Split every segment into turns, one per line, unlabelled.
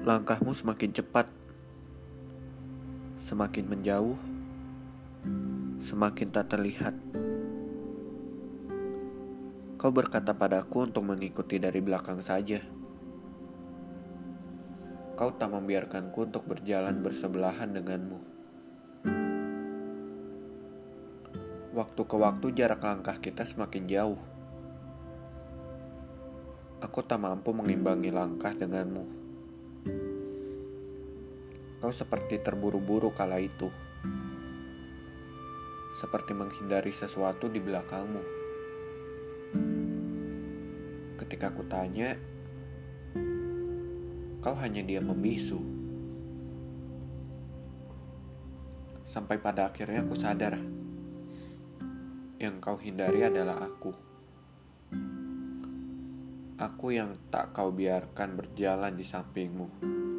Langkahmu semakin cepat, semakin menjauh, semakin tak terlihat. Kau berkata padaku untuk mengikuti dari belakang saja. Kau tak membiarkanku untuk berjalan bersebelahan denganmu. Waktu ke waktu jarak langkah kita semakin jauh. Aku tak mampu mengimbangi langkah denganmu. Kau seperti terburu-buru kala itu. Seperti menghindari sesuatu di belakangmu. Ketika ku tanya, kau hanya diam membisu. Sampai pada akhirnya aku sadar, yang kau hindari adalah aku. Aku yang tak kau biarkan berjalan di sampingmu.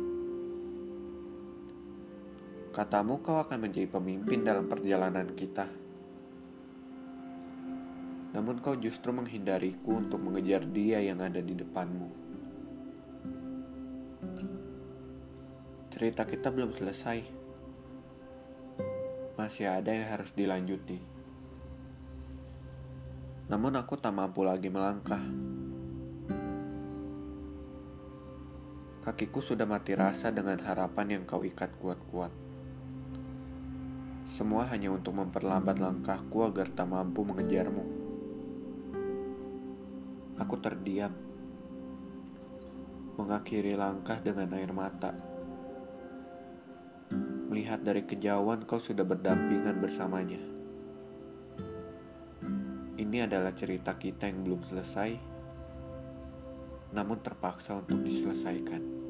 Katamu kau akan menjadi pemimpin dalam perjalanan kita. Namun kau justru menghindariku untuk mengejar dia yang ada di depanmu. Cerita kita belum selesai. Masih ada yang harus dilanjuti. Namun aku tak mampu lagi melangkah. Kakiku sudah mati rasa dengan harapan yang kau ikat kuat-kuat. Semua hanya untuk memperlambat langkahku agar tak mampu mengejarmu. Aku terdiam, mengakhiri langkah dengan air mata. Melihat dari kejauhan kau sudah berdampingan bersamanya. Ini adalah cerita kita yang belum selesai, namun terpaksa untuk diselesaikan.